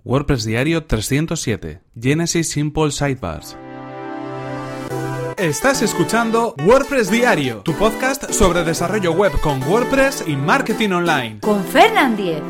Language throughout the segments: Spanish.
WordPress Diario 307. Genesis Simple Sidebars. Estás escuchando WordPress Diario, tu podcast sobre desarrollo web con WordPress y marketing online. Con Fernand Diez.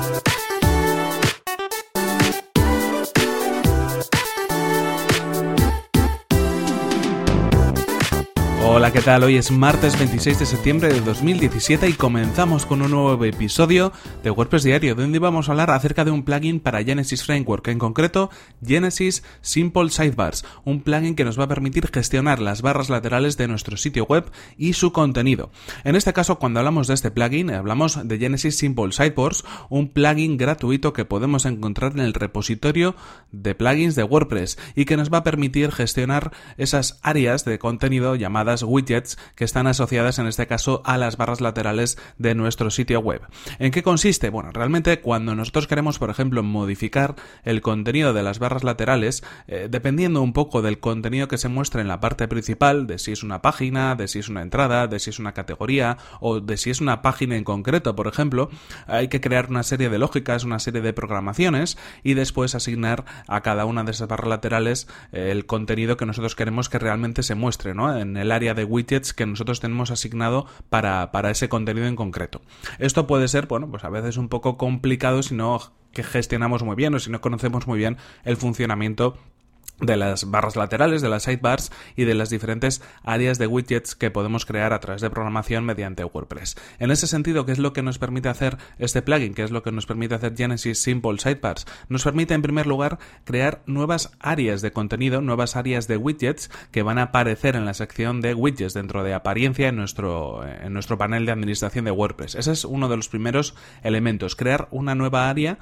Hola, ¿qué tal? Hoy es martes 26 de septiembre de 2017 y comenzamos con un nuevo episodio de WordPress Diario, donde vamos a hablar acerca de un plugin para Genesis Framework, en concreto Genesis Simple Sidebars, un plugin que nos va a permitir gestionar las barras laterales de nuestro sitio web y su contenido. En este caso, cuando hablamos de este plugin, hablamos de Genesis Simple Sidebars, un plugin gratuito que podemos encontrar en el repositorio de plugins de WordPress y que nos va a permitir gestionar esas áreas de contenido llamadas widgets que están asociadas en este caso a las barras laterales de nuestro sitio web. ¿En qué consiste? Bueno, realmente cuando nosotros queremos, por ejemplo, modificar el contenido de las barras laterales, dependiendo un poco del contenido que se muestre en la parte principal, de si es una página, de si es una entrada, de si es una categoría o de si es una página en concreto, por ejemplo, hay que crear una serie de lógicas, una serie de programaciones y después asignar a cada una de esas barras laterales el contenido que nosotros queremos que realmente se muestre, ¿no? En el área de widgets que nosotros tenemos asignado para ese contenido en concreto. Esto puede ser, bueno, pues a veces un poco complicado si no que gestionamos muy bien o si no conocemos muy bien el funcionamiento de las barras laterales, de las sidebars y de las diferentes áreas de widgets que podemos crear a través de programación mediante WordPress. En ese sentido, ¿qué es lo que nos permite hacer este plugin? ¿Qué es lo que nos permite hacer Genesis Simple Sidebars? Nos permite, en primer lugar, crear nuevas áreas de contenido, nuevas áreas de widgets que van a aparecer en la sección de widgets dentro de apariencia en nuestro panel de administración de WordPress. Ese es uno de los primeros elementos, crear una nueva área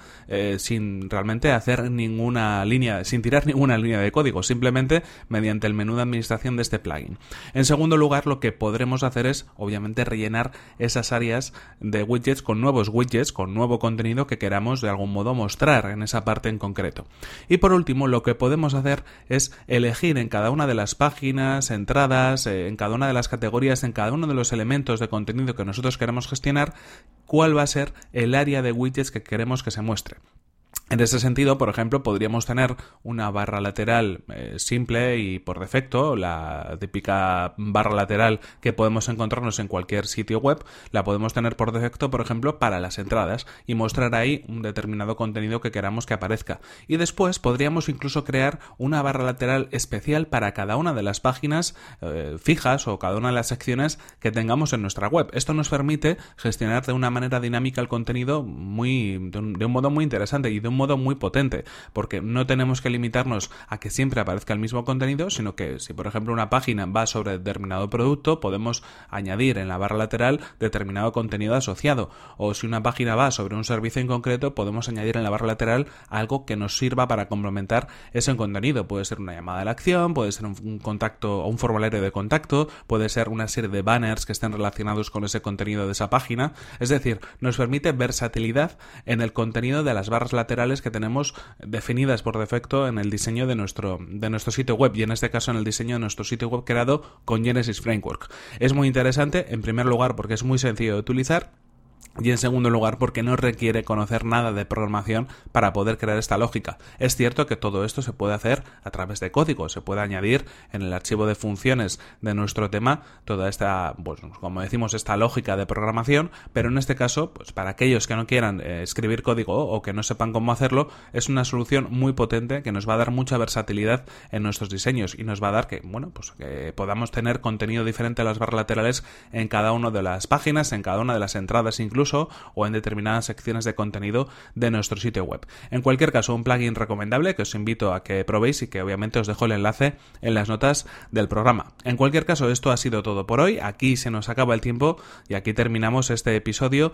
sin realmente hacer ninguna línea, sin tirar ninguna línea de código, simplemente mediante el menú de administración de este plugin. En segundo lugar, lo que podremos hacer es, obviamente, rellenar esas áreas de widgets con nuevos widgets, con nuevo contenido que queramos de algún modo mostrar en esa parte en concreto. Y por último, lo que podemos hacer es elegir en cada una de las páginas, entradas, en cada una de las categorías, en cada uno de los elementos de contenido que nosotros queremos gestionar, cuál va a ser el área de widgets que queremos que se muestre. En ese sentido, por ejemplo, podríamos tener una barra lateral simple y por defecto, la típica barra lateral que podemos encontrarnos en cualquier sitio web, la podemos tener por defecto, por ejemplo, para las entradas y mostrar ahí un determinado contenido que queramos que aparezca. Y después podríamos incluso crear una barra lateral especial para cada una de las páginas fijas o cada una de las secciones que tengamos en nuestra web. Esto nos permite gestionar de una manera dinámica el contenido de un modo muy interesante y de un modo muy potente, porque no tenemos que limitarnos a que siempre aparezca el mismo contenido, sino que si por ejemplo una página va sobre determinado producto, podemos añadir en la barra lateral determinado contenido asociado, o si una página va sobre un servicio en concreto, podemos añadir en la barra lateral algo que nos sirva para complementar ese contenido. Puede ser una llamada a la acción, puede ser un contacto o un formulario de contacto, puede ser una serie de banners que estén relacionados con ese contenido de esa página. Es decir, nos permite versatilidad en el contenido de las barras laterales que tenemos definidas por defecto en el diseño de nuestro sitio web y en este caso en el diseño de nuestro sitio web creado con Genesis Framework. Es muy interesante, en primer lugar porque es muy sencillo de utilizar y en segundo lugar porque no requiere conocer nada de programación para poder crear esta lógica. Es cierto que todo esto se puede hacer a través de código, se puede añadir en el archivo de funciones de nuestro tema toda esta, pues como decimos, esta lógica de programación, pero en este caso, pues para aquellos que no quieran escribir código o que no sepan cómo hacerlo, es una solución muy potente que nos va a dar mucha versatilidad en nuestros diseños y nos va a dar que podamos tener contenido diferente a las barras laterales en cada una de las páginas, en cada una de las entradas incluso, o en determinadas secciones de contenido de nuestro sitio web. En cualquier caso, un plugin recomendable que os invito a que probéis y que obviamente os dejo el enlace en las notas del programa. En cualquier caso, esto ha sido todo por hoy. Aquí se nos acaba el tiempo y aquí terminamos este episodio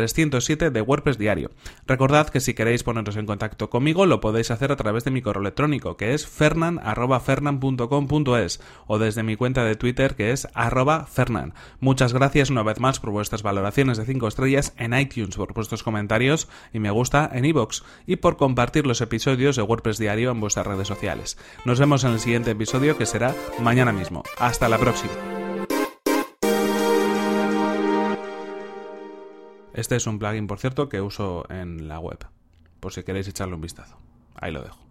307 de WordPress Diario. Recordad que si queréis poneros en contacto conmigo lo podéis hacer a través de mi correo electrónico que es fernan@fernan.com.es o desde mi cuenta de Twitter que es @fernan. Muchas gracias una vez más por vuestras valoraciones de 5 estrellas en iTunes, por vuestros comentarios y me gusta en iVoox y por compartir los episodios de WordPress Diario en vuestras redes sociales. Nos vemos en el siguiente episodio que será mañana mismo. Hasta la próxima. Este es un plugin, por cierto, que uso en la web, por si queréis echarle un vistazo. Ahí lo dejo.